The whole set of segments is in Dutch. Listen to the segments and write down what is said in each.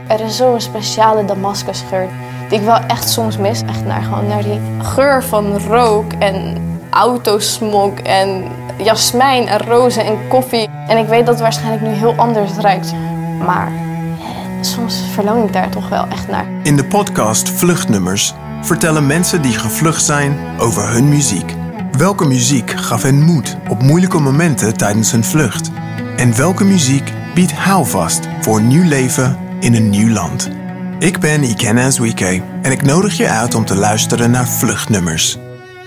Er is zo'n speciale Damascusgeur die ik wel echt soms mis. Echt naar die geur van rook en autosmog en jasmijn en rozen en koffie. En ik weet dat het waarschijnlijk nu heel anders ruikt. Maar soms verlang ik daar toch wel echt naar. In de podcast Vluchtnummers vertellen mensen die gevlucht zijn over hun muziek. Welke muziek gaf hen moed op moeilijke momenten tijdens hun vlucht? En welke muziek biedt houvast voor een nieuw leven in een nieuw land? Ik ben Ikenna Zwike en ik nodig je uit om te luisteren naar Vluchtnummers.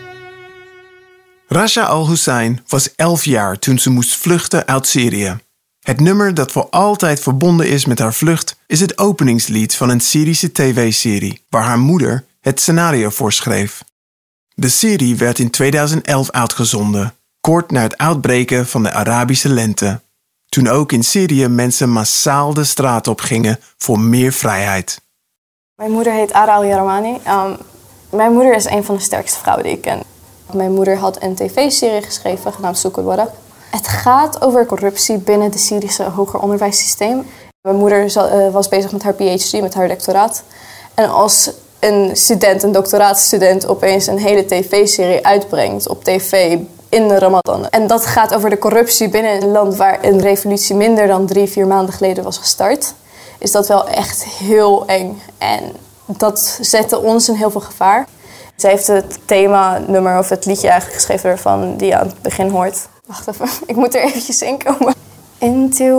Rasha Al-Hussein was 11 jaar toen ze moest vluchten uit Syrië. Het nummer dat voor altijd verbonden is met haar vlucht is het openingslied van een Syrische tv-serie waar haar moeder het scenario voor schreef. De serie werd in 2011 uitgezonden, kort na het uitbreken van de Arabische lente. Toen ook in Syrië mensen massaal de straat op gingen voor meer vrijheid. Mijn moeder heet Ara Al-Yaramani. Mijn moeder is een van de sterkste vrouwen die ik ken. Mijn moeder had een tv-serie geschreven genaamd Souk al-Warak. Het gaat over corruptie binnen het Syrische hoger onderwijssysteem. Mijn moeder was bezig met haar PhD, met haar doctoraat. En als een doctoraatstudent opeens een hele tv-serie uitbrengt op tv in de Ramadan. En dat gaat over de corruptie binnen een land waar een revolutie minder dan 3-4 maanden geleden was gestart. Is dat wel echt heel eng. En dat zette ons in heel veel gevaar. Zij heeft het thema-nummer of het liedje eigenlijk geschreven ervan die je aan het begin hoort. Wacht even, ik moet er eventjes in komen. Inti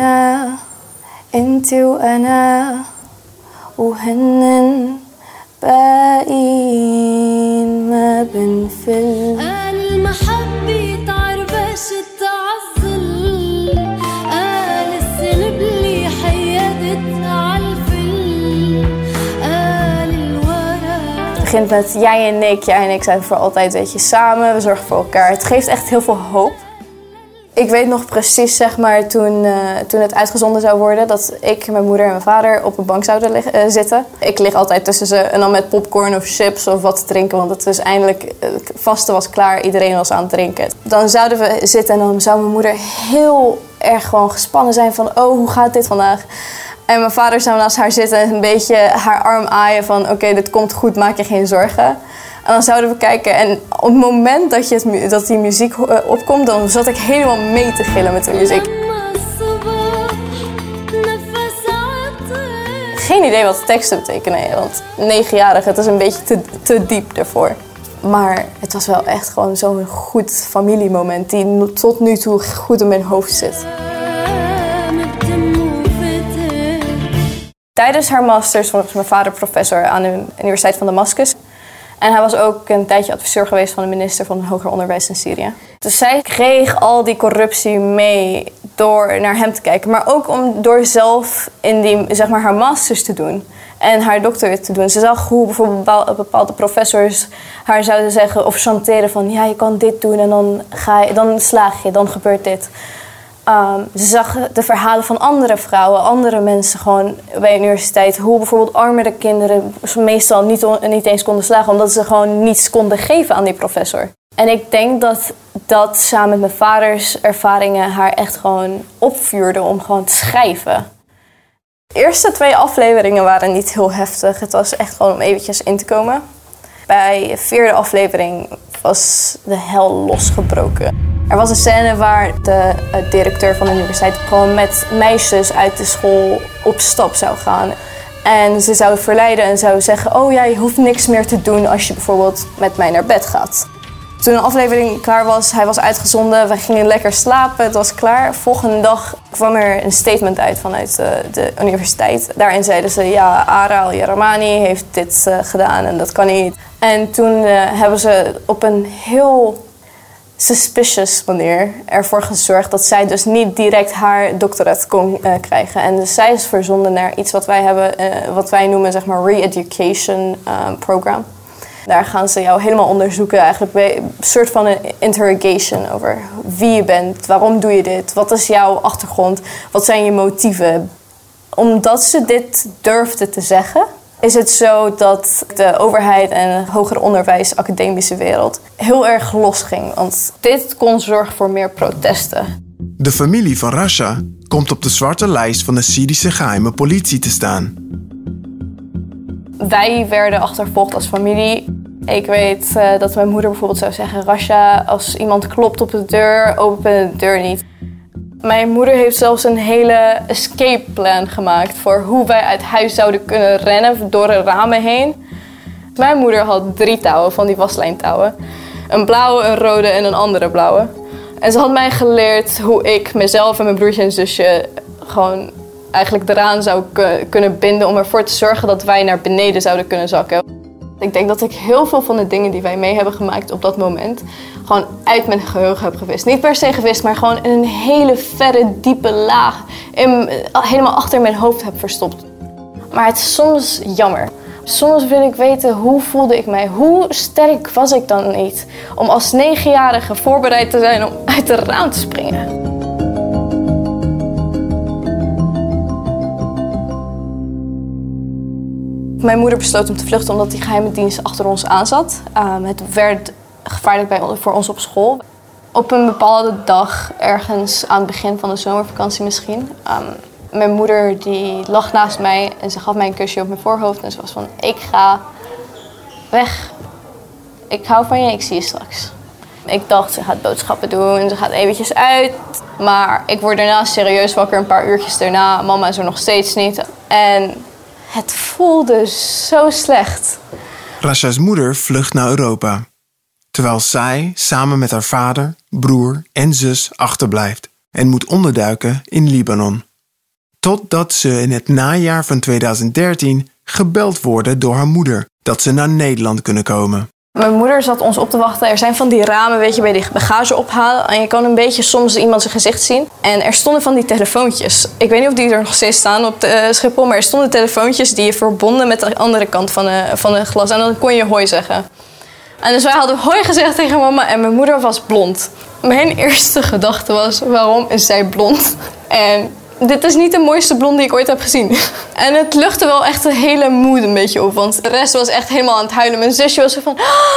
wa ana, uhannin ba'in ma binfil. المحبة تعربش تعزل قال السلب لي حيدت عالفل قال الورق. Het begint met jij en ik zijn voor altijd, weet je, samen, we zorgen voor elkaar. Het geeft echt heel veel hoop. Ik weet nog precies, zeg maar, toen het uitgezonden zou worden, dat ik, mijn moeder en mijn vader op een bank zouden zitten. Ik lig altijd tussen ze en dan met popcorn of chips of wat te drinken, want het was eindelijk, het vaste was klaar, iedereen was aan het drinken. Dan zouden we zitten en dan zou mijn moeder heel erg gewoon gespannen zijn van, oh, hoe gaat dit vandaag? En mijn vader zou naast haar zitten en een beetje haar arm aaien van, oké, dit komt goed, maak je geen zorgen. En dan zouden we kijken en op het moment dat die muziek opkomt, dan zat ik helemaal mee te gillen met de muziek. Geen idee wat de teksten betekenen, want 9-jarige, het is een beetje te diep ervoor. Maar het was wel echt gewoon zo'n goed familiemoment die tot nu toe goed in mijn hoofd zit. Tijdens haar masters was mijn vader professor aan de Universiteit van Damascus. En hij was ook een tijdje adviseur geweest van de minister van Hoger Onderwijs in Syrië. Dus zij kreeg al die corruptie mee door naar hem te kijken. Maar ook door zelf in zeg maar, haar masters te doen. En haar doctorate te doen. Ze zag hoe bijvoorbeeld bepaalde professors haar zouden zeggen of chanteren van, ja, je kan dit doen en dan slaag je, dan gebeurt dit. Ze zag de verhalen van andere vrouwen, andere mensen gewoon bij de universiteit. Hoe bijvoorbeeld armere kinderen meestal niet eens konden slagen, omdat ze gewoon niets konden geven aan die professor. En ik denk dat dat samen met mijn vaders ervaringen haar echt gewoon opvuurde om gewoon te schrijven. De eerste 2 afleveringen waren niet heel heftig. Het was echt gewoon om eventjes in te komen. Bij de 4e aflevering was de hel losgebroken. Er was een scène waar de directeur van de universiteit gewoon met meisjes uit de school op stap zou gaan. En ze zou verleiden en zou zeggen, oh ja, je hoeft niks meer te doen als je bijvoorbeeld met mij naar bed gaat. Toen de aflevering klaar was, hij was uitgezonden, we gingen lekker slapen, het was klaar. Volgende dag kwam er een statement uit vanuit de universiteit. Daarin zeiden ze, ja, Ara Al-Yaramani heeft dit gedaan en dat kan niet. En toen hebben ze op een heel suspicious manier ervoor gezorgd dat zij dus niet direct haar doctoraat kon krijgen. En dus zij is verzonden naar iets wat wij hebben, wat wij noemen, zeg maar, re-education program. Daar gaan ze jou helemaal onderzoeken, eigenlijk een soort van een interrogation over wie je bent, waarom doe je dit, wat is jouw achtergrond, wat zijn je motieven. Omdat ze dit durfde te zeggen, is het zo dat de overheid en hoger onderwijs, academische wereld heel erg losging. Want dit kon zorgen voor meer protesten. De familie van Rasha komt op de zwarte lijst van de Syrische geheime politie te staan. Wij werden achtervolgd als familie. Ik weet dat mijn moeder bijvoorbeeld zou zeggen... Rasha, als iemand klopt op de deur, open de deur niet. Mijn moeder heeft zelfs een hele escape plan gemaakt... voor hoe wij uit huis zouden kunnen rennen door de ramen heen. Mijn moeder had 3 touwen van die waslijntouwen. Een blauwe, een rode en een andere blauwe. En ze had mij geleerd hoe ik mezelf en mijn broertje en zusje... gewoon eigenlijk eraan zou kunnen binden... om ervoor te zorgen dat wij naar beneden zouden kunnen zakken. Ik denk dat ik heel veel van de dingen die wij mee hebben gemaakt op dat moment... gewoon uit mijn geheugen heb gewist. Niet per se gewist, maar gewoon in een hele verre, diepe laag... helemaal achter mijn hoofd heb verstopt. Maar het is soms jammer. Soms wil ik weten, hoe voelde ik mij? Hoe sterk was ik dan niet? Om als 9-jarige voorbereid te zijn om uit de raam te springen. Mijn moeder besloot om te vluchten omdat die geheime dienst achter ons aan zat. Het werd gevaarlijk voor ons op school. Op een bepaalde dag, ergens aan het begin van de zomervakantie misschien... mijn moeder die lag naast mij en ze gaf mij een kusje op mijn voorhoofd. En ze was van, ik ga weg. Ik hou van je, ik zie je straks. Ik dacht, ze gaat boodschappen doen en ze gaat eventjes uit. Maar ik word daarna serieus wakker, een paar uurtjes daarna. Mama is er nog steeds niet. En het voelde zo slecht. Rasha's moeder vlucht naar Europa. Terwijl zij samen met haar vader, broer en zus achterblijft. En moet onderduiken in Libanon. Totdat ze in het najaar van 2013 gebeld worden door haar moeder dat ze naar Nederland kunnen komen. Mijn moeder zat ons op te wachten. Er zijn van die ramen, weet je, bij die bagage ophalen. En je kan een beetje soms iemand zijn gezicht zien. En er stonden van die telefoontjes. Ik weet niet of die er nog steeds staan op de Schiphol. Maar er stonden telefoontjes die je verbonden met de andere kant van de glas. En dan kon je hoi zeggen. En dus wij hadden hoi gezegd tegen mama. En mijn moeder was blond. Mijn eerste gedachte was, waarom is zij blond? En dit is niet de mooiste blond die ik ooit heb gezien. En het luchtte wel echt de hele moed een beetje op. Want de rest was echt helemaal aan het huilen. Mijn zusje was zo van,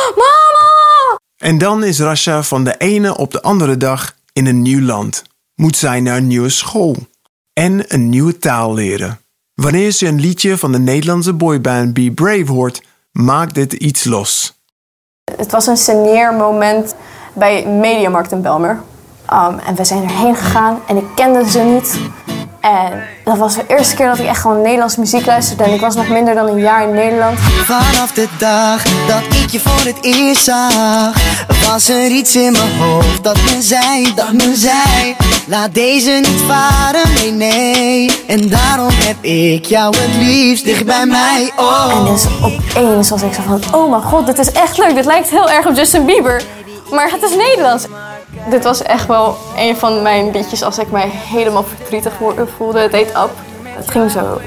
mama! En dan is Rasha van de ene op de andere dag in een nieuw land. Moet zij naar een nieuwe school. En een nieuwe taal leren. Wanneer ze een liedje van de Nederlandse boyband Be Brave hoort, maakt dit iets los. Het was een signeermoment bij Mediamarkt in Belmer. En we zijn erheen gegaan en ik kende ze niet. En dat was de eerste keer dat ik echt gewoon Nederlandse muziek luisterde. En ik was nog minder dan een jaar in Nederland. Vanaf de dag dat ik je voor het eerst zag, was er iets in mijn hoofd dat me zei, laat deze niet varen, nee. En daarom heb ik jou het liefst dicht bij mij, oh. En dus opeens was ik zo van, oh mijn god, dit is echt leuk. Dit lijkt heel erg op Justin Bieber. Maar het is Nederlands. Dit was echt wel een van mijn liedjes als ik mij helemaal verdrietig voelde. Het heet Up. Het ging zo.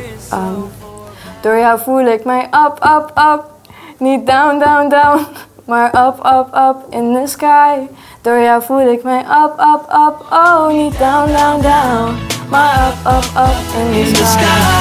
Door jou voel ik mij up, up, up. Niet down, down, down. Maar up, up, up in the sky. Door jou voel ik mij up, up, up. Oh, niet down, down, down. Maar up, up, up in the sky.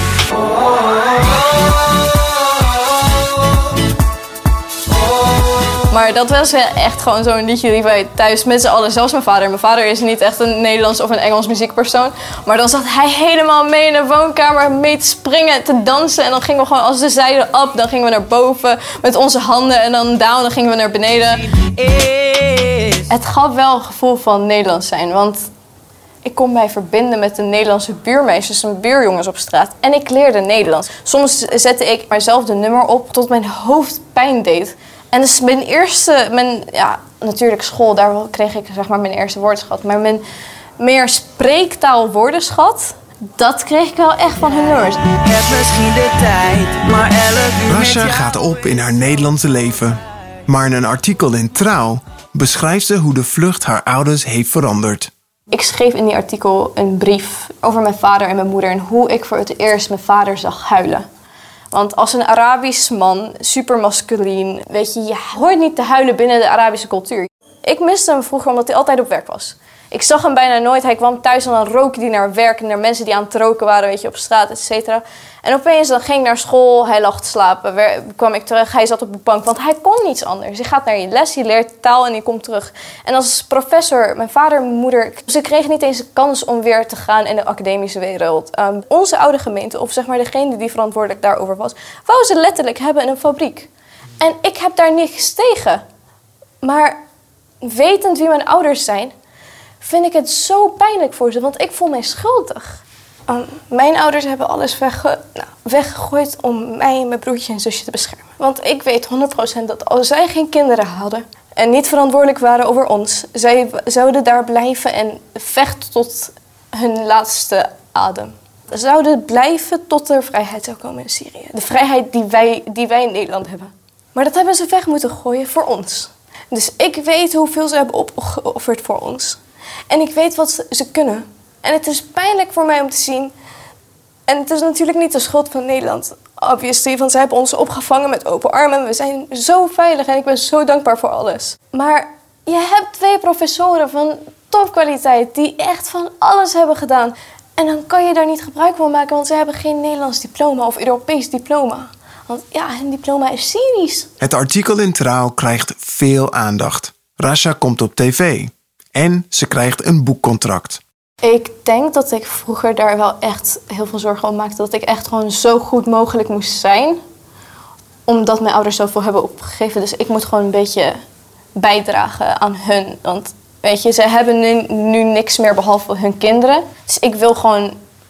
Maar dat was echt gewoon zo'n liedje die wij thuis met z'n allen, zelfs mijn vader. Mijn vader is niet echt een Nederlands of een Engels muziekpersoon. Maar dan zat hij helemaal mee in de woonkamer mee te springen, te dansen. En dan gingen we gewoon, als ze zeiden up, dan gingen we naar boven met onze handen. En dan down, dan gingen we naar beneden. Het gaf wel een gevoel van Nederlands zijn, want ik kon mij verbinden met de Nederlandse buurmeisjes en buurjongens op straat. En ik leerde Nederlands. Soms zette ik mijzelf de nummer op tot mijn hoofd pijn deed. En dus natuurlijk school, daar kreeg ik zeg maar mijn eerste woordenschat. Maar mijn meer spreektaal woordenschat, dat kreeg ik wel echt van hun nummers. Heb misschien de tijd, maar 11 uur Rasha gaat op in haar Nederlandse leven. Maar in een artikel in Trouw beschrijft ze hoe de vlucht haar ouders heeft veranderd. Ik schreef in die artikel een brief over mijn vader en mijn moeder en hoe ik voor het eerst mijn vader zag huilen. Want als een Arabisch man, super masculien, weet je hoort niet te huilen binnen de Arabische cultuur. Ik miste hem vroeger omdat hij altijd op werk was. Ik zag hem bijna nooit. Hij kwam thuis en dan rookte hij naar werk en naar mensen die aan het roken waren, weet je, op straat, et cetera. En opeens dan ging ik naar school, hij lag te slapen. Kwam ik terug, hij zat op de bank, want hij kon niets anders. Je gaat naar je les, je leert taal en je komt terug. En als professor, mijn vader en mijn moeder, ze kregen niet eens de kans om weer te gaan in de academische wereld. Onze oude gemeente, of zeg maar degene die verantwoordelijk daarover was, wou ze letterlijk hebben in een fabriek. En ik heb daar niks tegen. Maar wetend wie mijn ouders zijn, vind ik het zo pijnlijk voor ze, want ik voel mij schuldig. Mijn ouders hebben alles weggegooid om mij en mijn broertje en zusje te beschermen. Want ik weet 100% dat als zij geen kinderen hadden en niet verantwoordelijk waren over ons, zij zouden daar blijven en vechten tot hun laatste adem. Ze zouden blijven tot er vrijheid zou komen in Syrië. De vrijheid die wij in Nederland hebben. Maar dat hebben ze weg moeten gooien voor ons. Dus ik weet hoeveel ze hebben opgeofferd voor ons. En ik weet wat ze kunnen. En het is pijnlijk voor mij om te zien. En het is natuurlijk niet de schuld van Nederland. Obviously, want zij hebben ons opgevangen met open armen. We zijn zo veilig en ik ben zo dankbaar voor alles. Maar je hebt 2 professoren van topkwaliteit die echt van alles hebben gedaan. En dan kan je daar niet gebruik van maken, want ze hebben geen Nederlands diploma of Europees diploma. Want ja, hun diploma is Syrisch. Het artikel in Trouw krijgt veel aandacht. Rasha komt op tv. En ze krijgt een boekcontract. Ik denk dat ik vroeger daar wel echt heel veel zorgen om maakte. Dat ik echt gewoon zo goed mogelijk moest zijn. Omdat mijn ouders zoveel hebben opgegeven. Dus ik moet gewoon een beetje bijdragen aan hun. Want weet je, ze hebben nu niks meer behalve hun kinderen. Dus ik wil gewoon,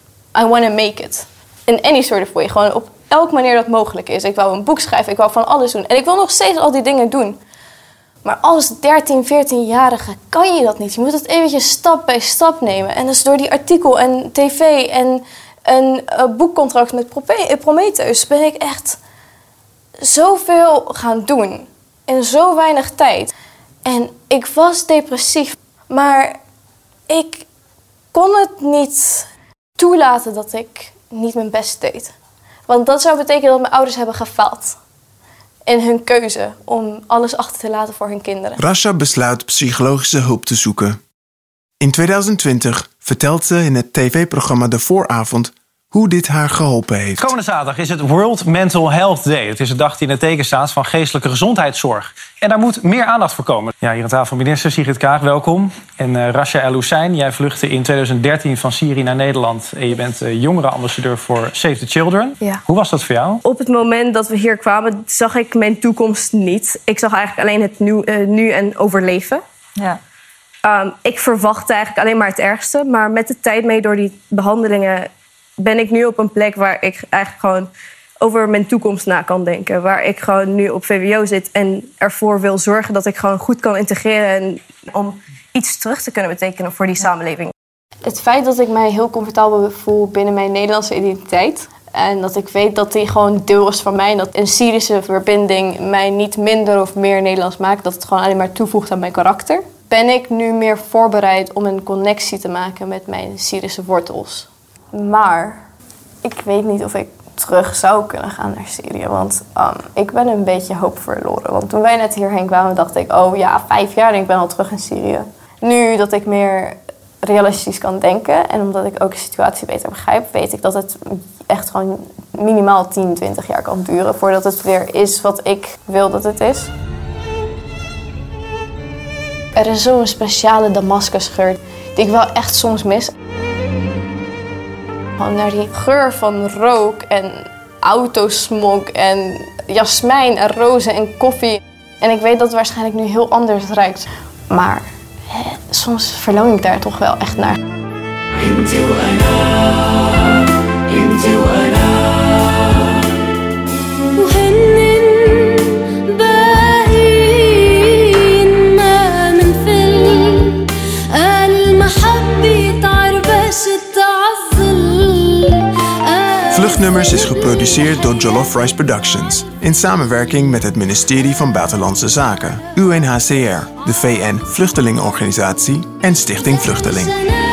I want to make it. In any sort of way. Gewoon op elke manier dat mogelijk is. Ik wou een boek schrijven, ik wou van alles doen. En ik wil nog steeds al die dingen doen. Maar als 13, 14-jarige kan je dat niet. Je moet het eventjes stap bij stap nemen. En dus door die artikel en tv en een boekcontract met Prometheus ben ik echt zoveel gaan doen. In zo weinig tijd. En ik was depressief. Maar ik kon het niet toelaten dat ik niet mijn best deed. Want dat zou betekenen dat mijn ouders hebben gefaald. In hun keuze om alles achter te laten voor hun kinderen. Rasha besluit psychologische hulp te zoeken. In 2020 vertelt ze in het tv-programma De Vooravond hoe dit haar geholpen heeft. Komende zaterdag is het World Mental Health Day. Het is een dag die in het teken staat van geestelijke gezondheidszorg. En daar moet meer aandacht voor komen. Ja, hier aan tafel minister Sigrid Kaag, welkom. En Rasha El Hussein, jij vluchtte in 2013 van Syrië naar Nederland. En je bent jongerenambassadeur voor Save the Children. Ja. Hoe was dat voor jou? Op het moment dat we hier kwamen, zag ik mijn toekomst niet. Ik zag eigenlijk alleen het nu en overleven. Ja. Ik verwachtte eigenlijk alleen maar het ergste. Maar met de tijd mee door die behandelingen ben ik nu op een plek waar ik eigenlijk gewoon over mijn toekomst na kan denken. Waar ik gewoon nu op VWO zit en ervoor wil zorgen dat ik gewoon goed kan integreren. En om iets terug te kunnen betekenen voor die samenleving. Het feit dat ik mij heel comfortabel voel binnen mijn Nederlandse identiteit. En dat ik weet dat die gewoon deel is van mij. En dat een Syrische verbinding mij niet minder of meer Nederlands maakt. Dat het gewoon alleen maar toevoegt aan mijn karakter. Ben ik nu meer voorbereid om een connectie te maken met mijn Syrische wortels. Maar ik weet niet of ik terug zou kunnen gaan naar Syrië. Want ik ben een beetje hoop verloren. Want toen wij net hierheen kwamen dacht ik, oh ja, 5 jaar en ik ben al terug in Syrië. Nu dat ik meer realistisch kan denken en omdat ik ook de situatie beter begrijp, weet ik dat het echt gewoon minimaal 10, 20 jaar kan duren voordat het weer is wat ik wil dat het is. Er is zo'n speciale Damascusgeur die ik wel echt soms mis. Gewoon naar die geur van rook en autosmog en jasmijn en rozen en koffie. En ik weet dat het waarschijnlijk nu heel anders ruikt. Maar soms verlang ik daar toch wel echt naar. Vluchtnummers is geproduceerd door Jollof Rice Productions in samenwerking met het ministerie van Buitenlandse Zaken, UNHCR, de VN-vluchtelingenorganisatie en Stichting Vluchteling.